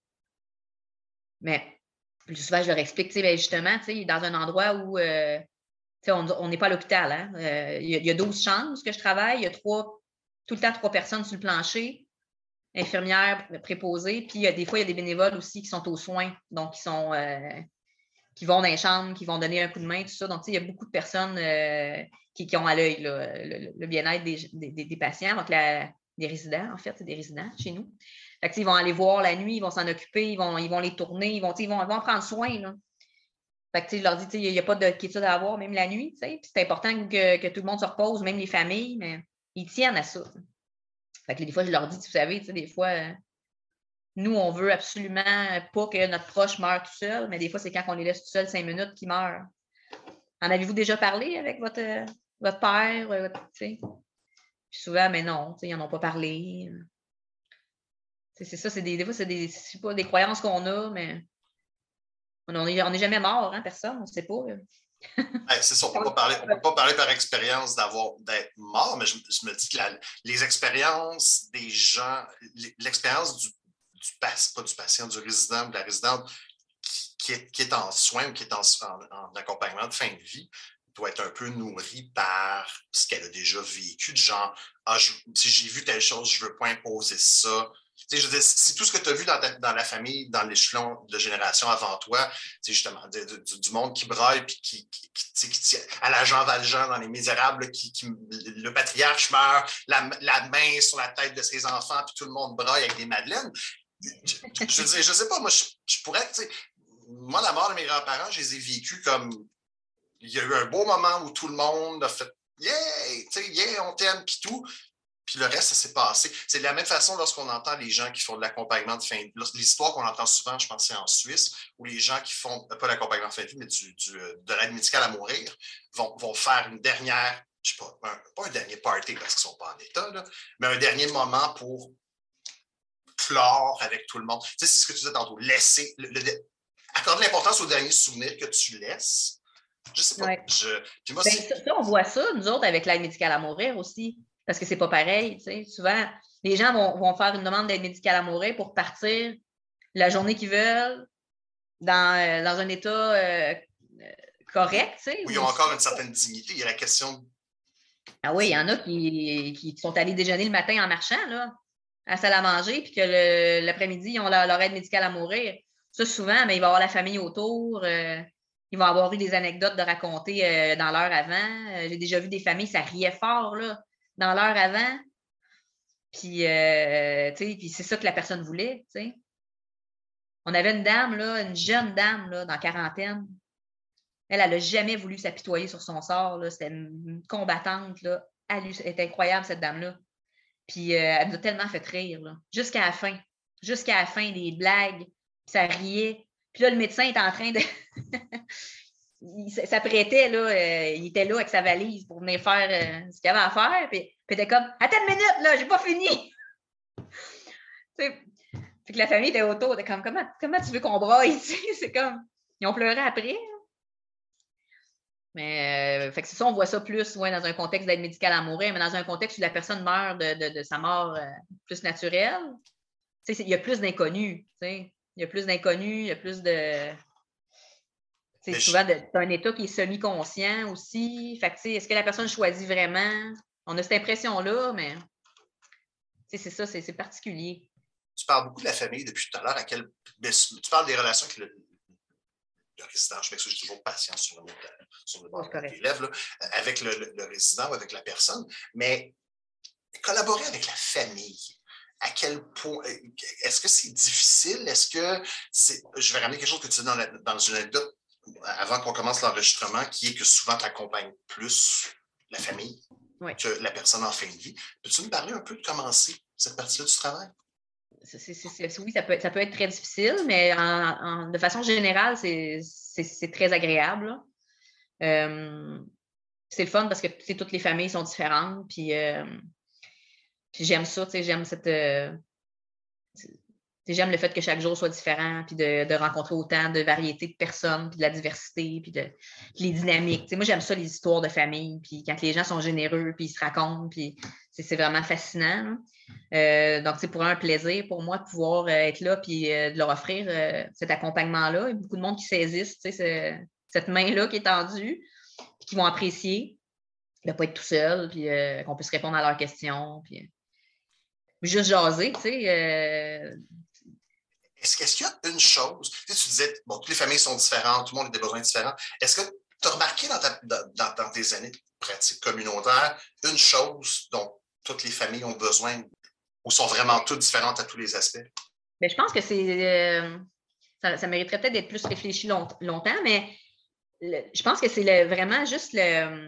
Mais plus souvent, je leur explique, tu sais, ben justement, tu sais, dans un endroit où euh, on n'est pas à l'hôpital. Hein? Euh, il, y a, il y a douze chambres où je travaille. Il y a trois, tout le temps trois personnes sur le plancher, infirmières préposées. Puis il y a, des fois, il y a des bénévoles aussi qui sont aux soins, donc qui sont euh, qui vont dans les chambres, qui vont donner un coup de main, tout ça. Donc, il y a beaucoup de personnes euh, qui, qui ont à l'œil là, le, le bien-être des, des, des patients, donc la, des résidents, en fait, c'est des résidents chez nous. Fait que, ils vont aller voir la nuit, ils vont s'en occuper, ils vont, ils vont les tourner, ils vont, ils vont, ils vont en prendre soin. Là. Fait que, je leur dis, il n'y a pas de quiétude à avoir, même la nuit. Puis c'est important que, que tout le monde se repose, même les familles, mais ils tiennent à ça. Fait que, des fois, je leur dis, vous savez, des fois, euh, nous, on veut absolument pas que notre proche meure tout seul, mais des fois, c'est quand on les laisse tout seuls cinq minutes qu'ils meurent. En avez-vous déjà parlé avec votre, euh, votre père? Euh, Puis souvent, mais non, ils n'en ont pas parlé. T'sais, c'est ça, c'est des, des fois, c'est des, c'est pas des croyances qu'on a, mais. On n'est jamais mort, hein, personne, on ne sait pas. Ouais, c'est ça, on ne peut pas parler par expérience d'avoir d'être mort, mais je, je me dis que la, les expériences des gens, l'expérience du, du pas du patient, du résident, de la résidente qui, qui, est, qui est en soins ou qui est en, en, en accompagnement de fin de vie doit être un peu nourrie par ce qu'elle a déjà vécu, de genre, ah, je, si j'ai vu telle chose, je ne veux pas imposer ça. Tu sais, je veux dire, si tout ce que tu as vu dans, ta, dans la famille, dans l'échelon de génération avant toi, c'est justement de, de, du monde qui braille, puis qui, qui, qui, qui, qui à la Jean Valjean dans Les Misérables, qui, qui, le patriarche meurt, la, la main sur la tête de ses enfants, puis tout le monde braille avec des madeleines. Je, je veux dire, je sais pas, moi, je, je pourrais, tu sais, moi, la mort de mes grands-parents, je les ai vécus comme, il y a eu un beau moment où tout le monde a fait, yeah, tu sais, yeah, on t'aime, puis tout. Puis le reste, ça s'est passé. C'est de la même façon lorsqu'on entend les gens qui font de l'accompagnement de fin de vie. L'histoire qu'on entend souvent, je pense, c'est en Suisse, où les gens qui font, pas l'accompagnement de fin de vie, mais du, du, de l'aide médicale à mourir, vont, vont faire une dernière, je sais pas, un, pas un dernier party parce qu'ils ne sont pas en état, là, mais un dernier moment pour clore avec tout le monde. Tu sais, c'est ce que tu disais tantôt, laisser, le, le, accorder l'importance au dernier souvenir que tu laisses. Je sais pas. Ouais. Je, puis moi, ben, ça, ça, on voit ça, nous autres, avec l'aide médicale à mourir aussi. Parce que c'est pas pareil, tu sais. Souvent, les gens vont, vont faire une demande d'aide médicale à mourir pour partir la journée qu'ils veulent dans, euh, dans un état euh, correct, tu sais. Où ils ont encore une certaine dignité. Il y a la question Ah oui, il y en a qui, qui sont allés déjeuner le matin en marchant, là, à la salle à manger, puis que le, l'après-midi, ils ont leur, leur aide médicale à mourir. Ça, souvent, mais il va y avoir la famille autour. Euh, ils vont avoir eu des anecdotes de raconter euh, dans l'heure avant. Euh, j'ai déjà vu des familles, ça riait fort, là, dans l'heure avant. Puis, euh, tu sais, puis c'est ça que la personne voulait, tu sais. On avait une dame, là, une jeune dame, là, dans la quarantaine. Elle, elle n'a jamais voulu s'apitoyer sur son sort, là. C'était une combattante, là. Elle est incroyable, cette dame-là. Puis, euh, elle nous a tellement fait rire, là. Jusqu'à la fin. Jusqu'à la fin, des blagues. Puis ça riait. Puis là, le médecin est en train de... il s'apprêtait, là, euh, il était là avec sa valise pour venir faire euh, ce qu'il avait à faire. Puis, puis il était comme, attends une minute, là, j'ai pas fini. Fait que la famille était autour, était comme, comment, comment tu veux qu'on braille? C'est comme, ils ont pleuré après. Hein? Mais, euh, fait que c'est ça, on voit ça plus ouais, dans un contexte d'aide médicale à mourir, mais dans un contexte où la personne meurt de, de, de sa mort euh, plus naturelle, il y a plus d'inconnus. Il y a plus d'inconnus, il y a plus de... C'est souvent de, un état qui est semi-conscient aussi. Fait que, est-ce que la personne choisit vraiment? On a cette impression-là, mais c'est ça, c'est particulier. Tu parles beaucoup de la famille depuis tout à l'heure. À quel... Tu parles des relations avec le, le résident. Je m'excuse, j'ai toujours patience sur le mot sur le oh, élève, là, avec le, le, le résident ou avec la personne. Mais collaborer avec la famille, à quel point... Est-ce que c'est difficile? Est-ce que c'est... Je vais ramener quelque chose que tu dis dans, la, dans une anecdote avant qu'on commence l'enregistrement, qui est que souvent tu accompagnes plus la famille oui. que la personne en fin de vie. Peux-tu me parler un peu de comment c'est cette partie-là du travail? C'est, c'est, c'est, oui, ça peut, ça peut être très difficile, mais en, en, de façon générale, c'est, c'est, c'est très agréable. Euh, c'est le fun parce que toutes les familles sont différentes. Puis, euh, puis j'aime ça, j'aime cette... Euh, J'aime le fait que chaque jour soit différent, puis de, de rencontrer autant de variétés de personnes, puis de la diversité, puis de, les dynamiques. T'sais, moi, j'aime ça, les histoires de famille, puis quand les gens sont généreux, puis ils se racontent, puis c'est vraiment fascinant. Euh, donc, c'est pour un plaisir pour moi de pouvoir être là, puis euh, de leur offrir euh, cet accompagnement-là. Il y a beaucoup de monde qui saisissent ce, cette main-là qui est tendue, puis qui vont apprécier de ne pas être tout seul, puis euh, qu'on puisse répondre à leurs questions, puis juste jaser, tu sais. Euh, Est-ce, est-ce qu'il y a une chose, tu, sais, tu disais, bon, toutes les familles sont différentes, tout le monde a des besoins différents. Est-ce que tu as remarqué dans, ta, dans, dans tes années de pratique communautaire une chose dont toutes les familles ont besoin ou sont vraiment toutes différentes à tous les aspects? Bien, je pense que c'est euh, ça, ça mériterait peut-être d'être plus réfléchi long, longtemps, mais le, je pense que c'est le, vraiment juste le,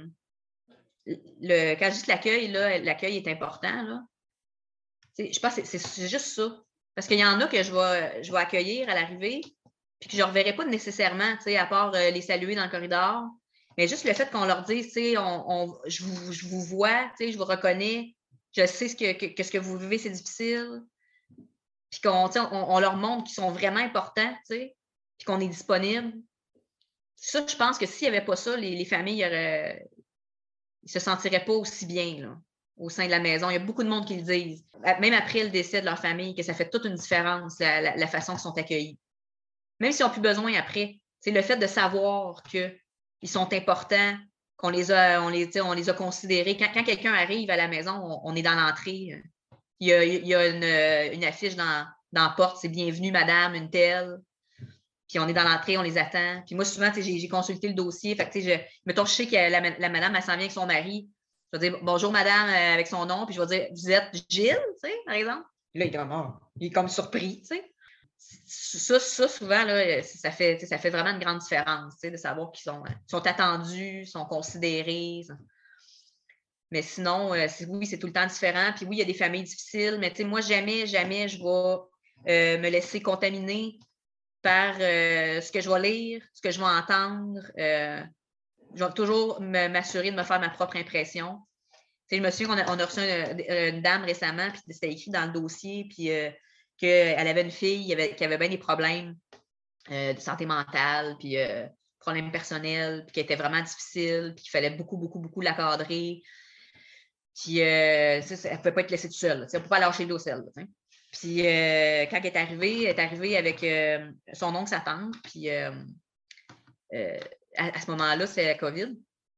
le quand je dis l'accueil, là, l'accueil est important. Là. Je pense que c'est, c'est juste ça. Parce qu'il y en a que je vais, je vais accueillir à l'arrivée, puis que je ne reverrai pas nécessairement, à part euh, les saluer dans le corridor. Mais juste le fait qu'on leur dise, on, on, je, vous, je vous vois, je vous reconnais, je sais ce que, que, que ce que vous vivez, c'est difficile. Puis qu'on on, on leur montre qu'ils sont vraiment importants, puis qu'on est disponible. Ça, je pense que s'il n'y avait pas ça, les, les familles ne se sentiraient pas aussi bien, là. Au sein de la maison. Il y a beaucoup de monde qui le disent, même après le décès de leur famille, que ça fait toute une différence, la, la, la façon qu'ils sont accueillis. Même s'ils n'ont plus besoin après. C'est le fait de savoir qu'ils sont importants, qu'on les a, on les, on les a considérés. Quand, quand quelqu'un arrive à la maison, on, on est dans l'entrée. Il y a, il y a une, une affiche dans, dans la porte, c'est « Bienvenue, madame, une telle ». Puis on est dans l'entrée, on les attend. Puis moi, souvent, j'ai, j'ai consulté le dossier. Fait que, je, mettons, je sais que la, la madame, elle s'en vient avec son mari. Je vais dire « Bonjour, madame » euh, avec son nom, puis je vais dire « Vous êtes Gilles », tu sais, par exemple. Puis là, il est comme, oh, il est comme surpris, tu sais. Ça, ça, souvent, là, ça fait, ça fait vraiment une grande différence, tu sais, de savoir qu'ils sont, sont attendus, sont considérés. Ça. Mais sinon, euh, c'est, oui, c'est tout le temps différent. Puis oui, il y a des familles difficiles, mais tu sais, moi, jamais, jamais je vais euh, me laisser contaminer par euh, ce que je vais lire, ce que je vais entendre. Euh, je vais toujours me, m'assurer de me faire ma propre impression. Tu sais, je me souviens qu'on a, on a reçu une, une dame récemment, puis c'était écrit dans le dossier, puis euh, qu'elle avait une fille avait, qui avait bien des problèmes euh, de santé mentale, puis euh, problèmes personnels, puis qui était vraiment difficile, puis qu'il fallait beaucoup, beaucoup, beaucoup la cadrer. Puis euh, ça, elle ne pouvait pas être laissée toute seule. Elle ne pouvait pas lâcher l'eau seule. T'sais. Puis euh, quand elle est arrivée, elle est arrivée avec euh, son oncle, sa tante, puis euh, euh, à, à ce moment-là, c'est la COVID.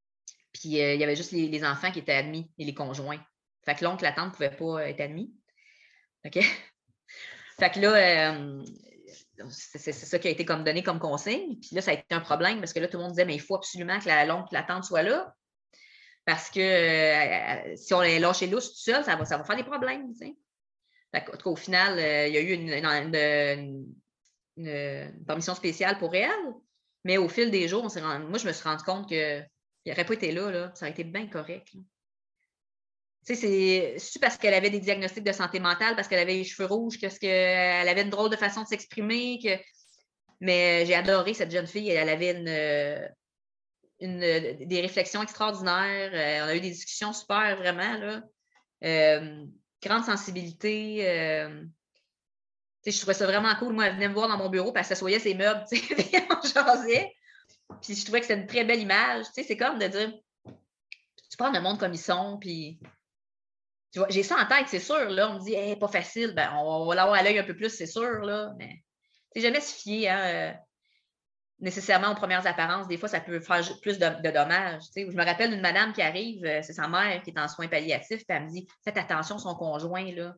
Puis euh, il y avait juste les, les enfants qui étaient admis et les conjoints. Fait que l'oncle, la tante ne pouvaient pas être admis. OK? Fait que là, euh, c'est, c'est ça qui a été comme donné comme consigne. Puis là, ça a été un problème parce que là, tout le monde disait, mais il faut absolument que la, l'oncle, la tante soient là. Parce que euh, si on les lâche lousse tout seul, ça va, ça va faire des problèmes. Tu sais. Fait que, au final, euh, il y a eu une, une, une, une, une permission spéciale pour elle. Mais au fil des jours, on s'est rendu, moi, je me suis rendu compte qu'il n'aurait pas été là, là. Ça aurait été bien correct. Là. Tu sais, c'est, c'est parce qu'elle avait des diagnostics de santé mentale, parce qu'elle avait les cheveux rouges, que ce qu'elle avait une drôle de façon de s'exprimer. Que... Mais j'ai adoré cette jeune fille. Elle avait une, une, des réflexions extraordinaires. On a eu des discussions super, vraiment. Là. Euh, grande sensibilité. Euh... Je trouvais ça vraiment cool. Moi, elle venait me voir dans mon bureau, puis elle s'assoyait ses meubles, puis on jasait. Puis je trouvais que c'était une très belle image. C'est comme de dire, tu parles le monde comme ils sont, puis tu vois, j'ai ça en tête, c'est sûr. Là, on me dit, hey, pas facile, ben, on va l'avoir à l'œil un peu plus, c'est sûr. Là, mais c'est jamais se fier hein, euh, nécessairement aux premières apparences. Des fois, ça peut faire plus de, de dommages. Je me rappelle d'une madame qui arrive, c'est sa mère qui est en soins palliatifs, puis elle me dit, faites attention, son conjoint, là.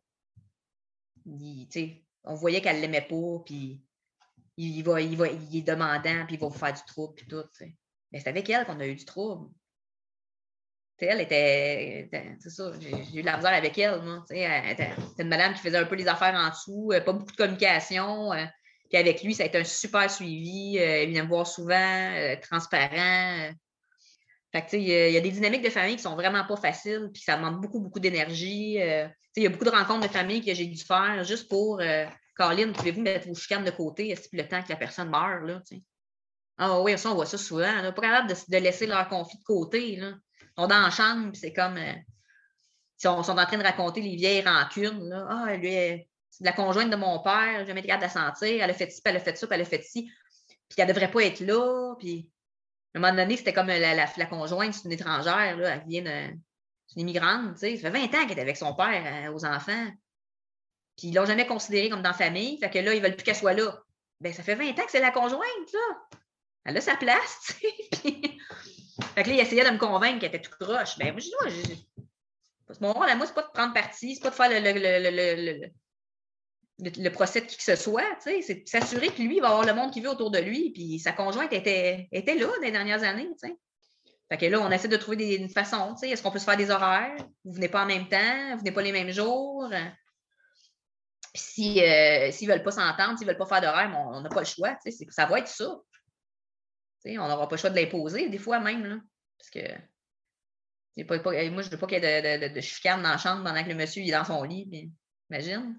Il, on voyait qu'elle ne l'aimait pas, puis il, il, va, il, va, il est demandant, puis il va vous faire du trouble, puis tout. T'sais. Mais c'est avec elle qu'on a eu du trouble. T'sais, elle était, était c'est ça, j'ai, j'ai eu de la misère avec elle, moi. Elle était, c'était une madame qui faisait un peu les affaires en dessous, pas beaucoup de communication. Euh, puis avec lui, ça a été un super suivi. Euh, il vient me voir souvent, euh, transparent. Euh. Fait que, tu sais, il y, y a des dynamiques de famille qui sont vraiment pas faciles, puis ça demande beaucoup, beaucoup d'énergie. Euh, il y a beaucoup de rencontres de famille que j'ai dû faire juste pour euh, Caroline, pouvez-vous mettre vos chicanes de côté le temps que la personne meurt, là, t'sais. Ah oui, ça, on voit ça souvent. Là, pas capable de, de laisser leur conflit de côté. Là. Ils sont dans la chambre, puis c'est comme euh, ils sont, sont en train de raconter les vieilles rancunes. Là. Ah, lui, c'est de la conjointe de mon père, j'ai jamais été capable de la sentir, elle a fait ci, puis elle a fait ça, puis elle a fait ci, puis elle devrait pas être là, puis à un moment donné, c'était comme la, la, la conjointe, c'est une étrangère, là, elle vient de. C'est une immigrante, tu sais. Ça fait vingt ans qu'elle est avec son père euh, aux enfants. Puis ils l'ont jamais considérée comme dans la famille. Fait que là, ils veulent plus qu'elle soit là. Ben, ça fait vingt ans que c'est la conjointe, là. Elle a sa place, tu sais. Puis... Fait que là, il essayait de me convaincre qu'elle était tout croche. Ben, moi, je dis, moi, je... mon rôle à moi, c'est pas de prendre parti, c'est pas de faire le, le, le, le, le, le, le procès de qui que ce soit, tu sais. C'est de s'assurer que lui, il va avoir le monde qu'il veut autour de lui. Puis sa conjointe était, était là dans les dernières années, tu sais. Fait que là, on essaie de trouver des, une façon, tu sais, est-ce qu'on peut se faire des horaires? Vous venez pas en même temps, vous venez pas les mêmes jours. Puis si, euh, s'ils veulent pas s'entendre, s'ils veulent pas faire d'horaire, on n'a pas le choix, tu sais, ça va être ça. Tu sais, on n'aura pas le choix de l'imposer, des fois même, là, parce que c'est pas, pas, moi, je veux pas qu'il y ait de, de, de chicane dans la chambre pendant que le monsieur il est dans son lit, puis, imagine.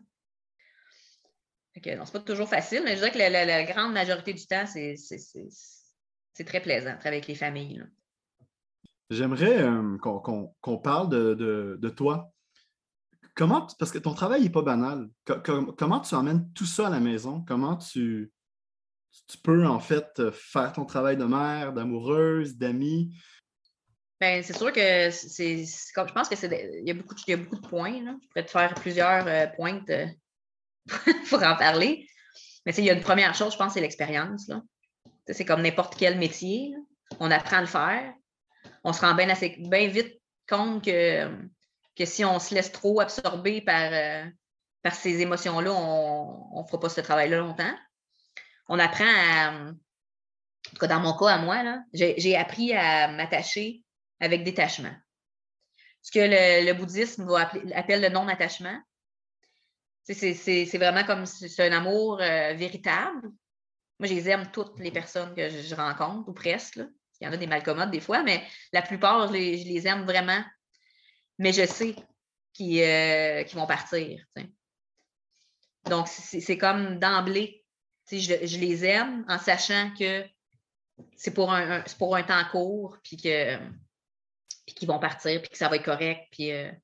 Fait que non, c'est pas toujours facile, mais je dirais que la, la, la grande majorité du temps, c'est, c'est, c'est, c'est très plaisant de travailler avec les familles, là. J'aimerais euh, qu'on, qu'on, qu'on parle de, de, de toi. Comment, parce que ton travail n'est pas banal. Com- comment tu emmènes tout ça à la maison? Comment tu, tu peux, en fait, faire ton travail de mère, d'amoureuse, d'amie? Bien, c'est sûr que c'est, c'est comme je pense que c'est il y a beaucoup de, il y a beaucoup de points. Là. Je pourrais te faire plusieurs euh, pointes euh, pour en parler. Mais il y a une première chose, je pense, c'est l'expérience. Là. C'est comme n'importe quel métier. Là. On apprend à le faire. On se rend bien, assez, bien vite compte que, que si on se laisse trop absorber par, euh, par ces émotions-là, on ne fera pas ce travail-là longtemps. On apprend à, en tout cas dans mon cas à moi, là, j'ai, j'ai appris à m'attacher avec détachement. Ce que le, le bouddhisme va appeler, appelle le non-attachement. C'est, c'est, c'est, c'est vraiment comme si c'est un amour euh, véritable. Moi, je les aime toutes les personnes que je, je rencontre, ou presque, là. Il y en a des malcommodes des fois, mais la plupart, je les, je les aime vraiment. Mais je sais qu'ils, euh, qu'ils vont partir. T'sais. Donc, c'est, c'est comme d'emblée. Je, je les aime en sachant que c'est pour un, un, c'est pour un temps court, puis, que, puis qu'ils vont partir, puis que ça va être correct. Puis, euh,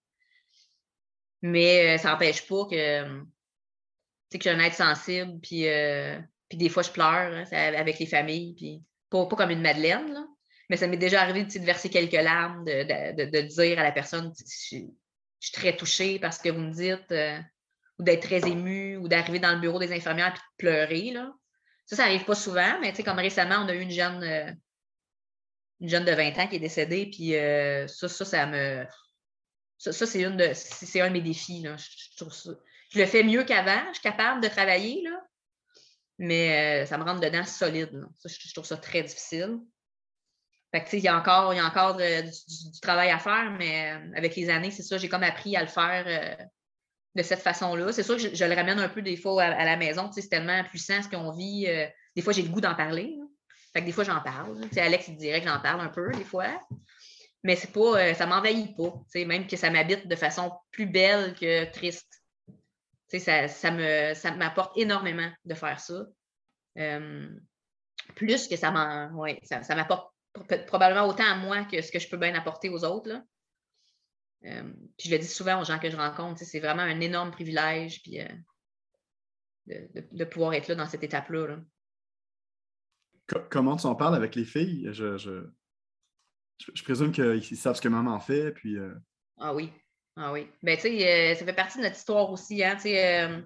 mais euh, ça n'empêche pas que, que je suis un être sensible, puis, euh, puis des fois, je pleure hein, avec les familles. Puis, Pas, pas comme une madeleine, là. Mais ça m'est déjà arrivé de verser quelques larmes, de, de, de, de dire à la personne je, je suis très touchée parce que vous me dites, euh, ou d'être très émue, ou d'arriver dans le bureau des infirmières et de pleurer. Là. Ça, ça n'arrive pas souvent, mais comme récemment, on a eu une jeune, euh, une jeune de vingt ans qui est décédée, puis euh, ça, ça, ça me... Ça, ça c'est, une de, c'est, c'est un de mes défis, là. Je, je, trouve ça... je le fais mieux qu'avant, je suis capable de travailler, là, mais euh, ça me rentre dedans solide, là. Ça, je, je trouve ça très difficile. Fait que, tu sais, il y a encore, il y a encore de, du, du travail à faire, mais euh, avec les années, c'est ça, j'ai comme appris à le faire euh, de cette façon-là. C'est sûr que je, je le ramène un peu des fois à, à la maison, tu sais, c'est tellement puissant ce qu'on vit. Euh, des fois, j'ai le goût d'en parler, là. Fait que des fois, j'en parle. Tu sais, Alex, il dirait que j'en parle un peu, des fois. Mais c'est pas, euh, ça m'envahit pas. Tu sais, même que ça m'habite de façon plus belle que triste. Tu sais, ça, ça, me, ça m'apporte énormément de faire ça. Euh, plus que ça m'en... Ouais, ça, ça m'apporte probablement autant à moi que ce que je peux bien apporter aux autres, là. Euh, puis je le dis souvent aux gens que je rencontre, c'est vraiment un énorme privilège puis, euh, de, de, de pouvoir être là dans cette étape-là. Là. Comment tu en parles avec les filles? Je, je, je, je présume qu'ils savent ce que maman fait. Puis, euh... Ah oui. Ah oui. Ben, tu sais, euh, ça fait partie de notre histoire aussi. Hein, tu sais, euh,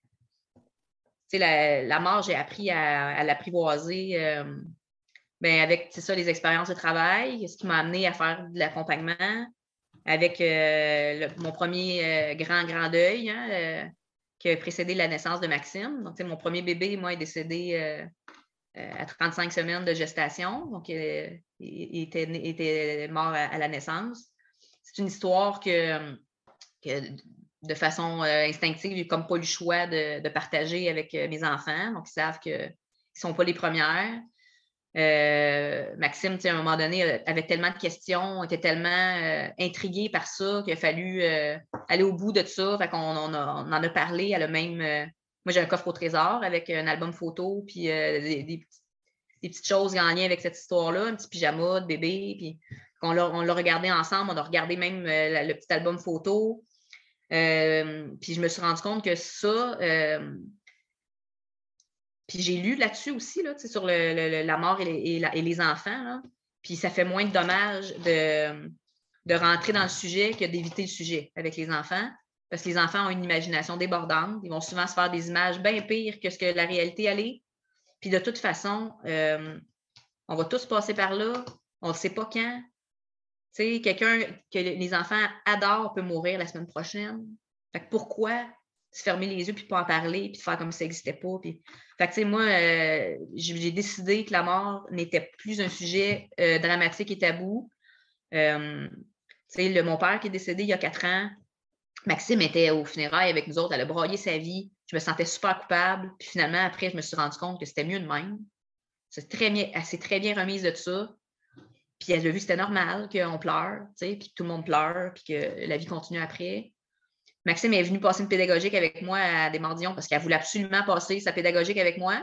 la, la mort, j'ai appris à, à l'apprivoiser. Euh, ben, avec, c'est ça, les expériences de travail, ce qui m'a amené à faire de l'accompagnement. Avec euh, le, mon premier euh, grand, grand deuil, hein, euh, qui a précédé la naissance de Maxime. Donc, mon premier bébé, moi, est décédé euh, euh, à trente-cinq semaines de gestation. Donc, euh, il était, était mort à, à la naissance. C'est une histoire que, que de façon euh, instinctive, j'ai comme pas eu le choix de, de partager avec euh, mes enfants. Donc, ils savent qu'ils ne sont pas les premières. Euh, Maxime, à un moment donné, avait tellement de questions, était tellement euh, intrigué par ça qu'il a fallu euh, aller au bout de ça. Fait qu'on on, a, on en a parlé. Elle a même. Euh, moi, j'ai un coffre au trésor avec un album photo, puis euh, des, des, des petites choses en lien avec cette histoire-là, un petit pyjama de bébé. Puis on l'a, on l'a regardé ensemble. On a regardé même euh, le petit album photo. Euh, puis je me suis rendu compte que ça. Euh, Puis j'ai lu là-dessus aussi, là, sur le, le, la mort et les, et la, et les enfants. Là. Puis ça fait moins de dommages de, de rentrer dans le sujet que d'éviter le sujet avec les enfants. Parce que les enfants ont une imagination débordante. Ils vont souvent se faire des images bien pires que ce que la réalité allait. Puis de toute façon, euh, on va tous passer par là. On ne sait pas quand. Tu sais, quelqu'un que les enfants adorent peut mourir la semaine prochaine. Fait que pourquoi se fermer les yeux puis pas en parler puis faire comme si ça n'existait pas. Puis... Fait que, tu sais, moi, euh, j'ai décidé que la mort n'était plus un sujet euh, dramatique et tabou. Euh, tu sais, le, mon père qui est décédé il y a quatre ans, Maxime était aux funérailles avec nous autres, elle a broyé sa vie. Je me sentais super coupable. Puis finalement, après, je me suis rendu compte que c'était mieux de même. C'est très bien, elle s'est très bien remise de ça. Puis elle a vu que c'était normal qu'on pleure, tu sais, puis que tout le monde pleure, puis que la vie continue après. Maxime est venu passer une pédagogique avec moi à Desmordions parce qu'elle voulait absolument passer sa pédagogique avec moi.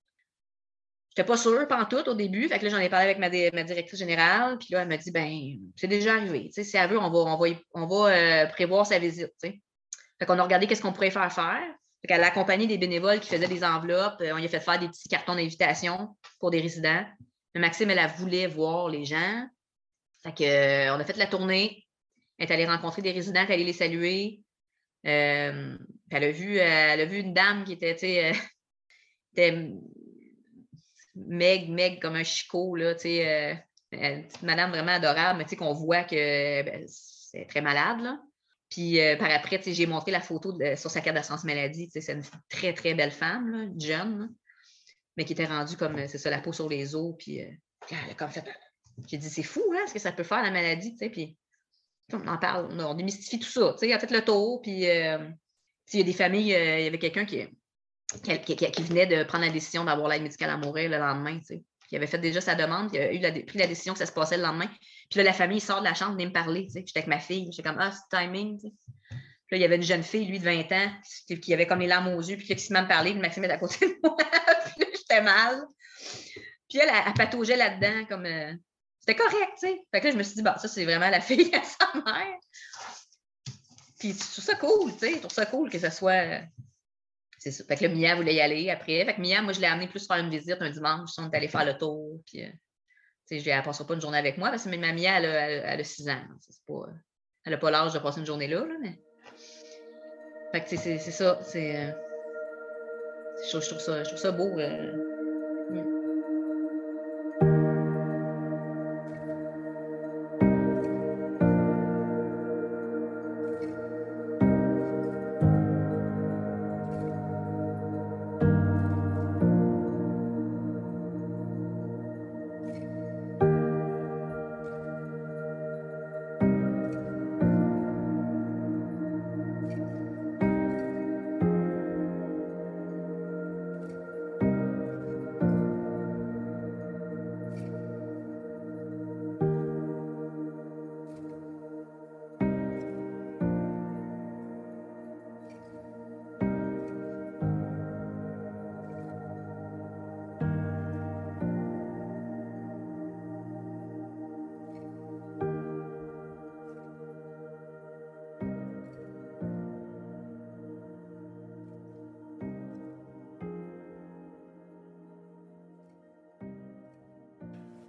Je n'étais pas sûre, pas en tout, au début. Fait que là, j'en ai parlé avec ma, ma directrice générale. Puis là, elle m'a dit, ben, c'est déjà arrivé. T'sais, si elle veut, on va, on va, on va euh, prévoir sa visite. T'sais. Fait qu'on a regardé qu'est-ce qu'on pourrait faire faire. Fait qu'elle a accompagné des bénévoles qui faisaient des enveloppes. On lui a fait faire des petits cartons d'invitation pour des résidents. Mais Maxime, elle, elle voulait voir les gens. Fait que, euh, on a fait la tournée. Elle est allée rencontrer des résidents, elle est allée les saluer. Euh, elle, a vu, elle a vu une dame qui était, tu sais, euh, était meg, meg comme un chicot, là, tu sais, euh, une petite madame vraiment adorable, mais tu sais, qu'on voit que ben, c'est très malade, là. Puis euh, par après, tu sais, j'ai montré la photo de, sur sa carte d'assurance maladie, tu sais, c'est une très, très belle femme, là, une jeune, là, mais qui était rendue comme, c'est ça, la peau sur les os, puis euh, elle a comme fait, j'ai dit, c'est fou, hein, ce que ça peut faire, la maladie, tu sais, puis on en parle, on démystifie tout ça. Tu sais, il a fait le tour, puis euh, il y a des familles, euh, il y avait quelqu'un qui, qui, qui, qui venait de prendre la décision d'avoir l'aide médicale à mourir le lendemain, tu sais. Qui avait fait déjà sa demande, qui a eu la, pris la décision que ça se passait le lendemain. Puis là, la famille sort de la chambre, venait me parler, tu sais. J'étais avec ma fille, j'étais comme, ah, c'est timing, tu sais. Puis là, il y avait une jeune fille, lui, de vingt ans, qui, qui avait comme les larmes aux yeux, puis qui s'est même parlé, puis Maxime est à côté de moi, puis là, j'étais mal. Puis elle, elle, elle pataugeait là-dedans, comme... Euh, c'était correct, tu sais. Fait que là, je me suis dit, bah, ça, c'est vraiment la fille à sa mère. Puis, je trouve ça cool, tu sais. Je trouve ça cool que ce soit. C'est ça. Fait que là, Mia voulait y aller après. Fait que Mia, moi, je l'ai amenée plus faire une visite un dimanche. On est allé faire le tour. Puis, tu sais, je ne passera pas une journée avec moi parce que ma Mia, elle a, elle a six ans. C'est pas, elle n'a pas l'âge de passer une journée là, là mais. Fait que, c'est, c'est ça. C'est, je, je, trouve ça, je trouve ça beau. Euh...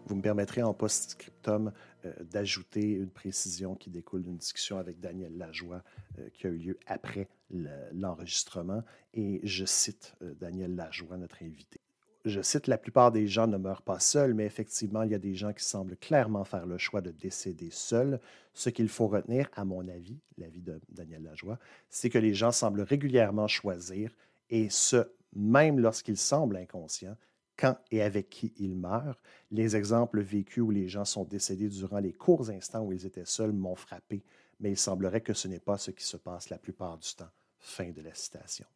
Vous me permettrez en post-scriptum euh, d'ajouter une précision qui découle d'une discussion avec Daniel Lajoie euh, qui a eu lieu après le, l'enregistrement. Et je cite euh, Daniel Lajoie, notre invité. Je cite, « La plupart des gens ne meurent pas seuls, mais effectivement, il y a des gens qui semblent clairement faire le choix de décéder seuls. Ce qu'il faut retenir, à mon avis, l'avis de Daniel Lajoie, c'est que les gens semblent régulièrement choisir, et ce, même lorsqu'ils semblent inconscients, quand et avec qui ils meurent. Les exemples vécus où les gens sont décédés durant les courts instants où ils étaient seuls m'ont frappé, mais il semblerait que ce n'est pas ce qui se passe la plupart du temps. » Fin de la citation.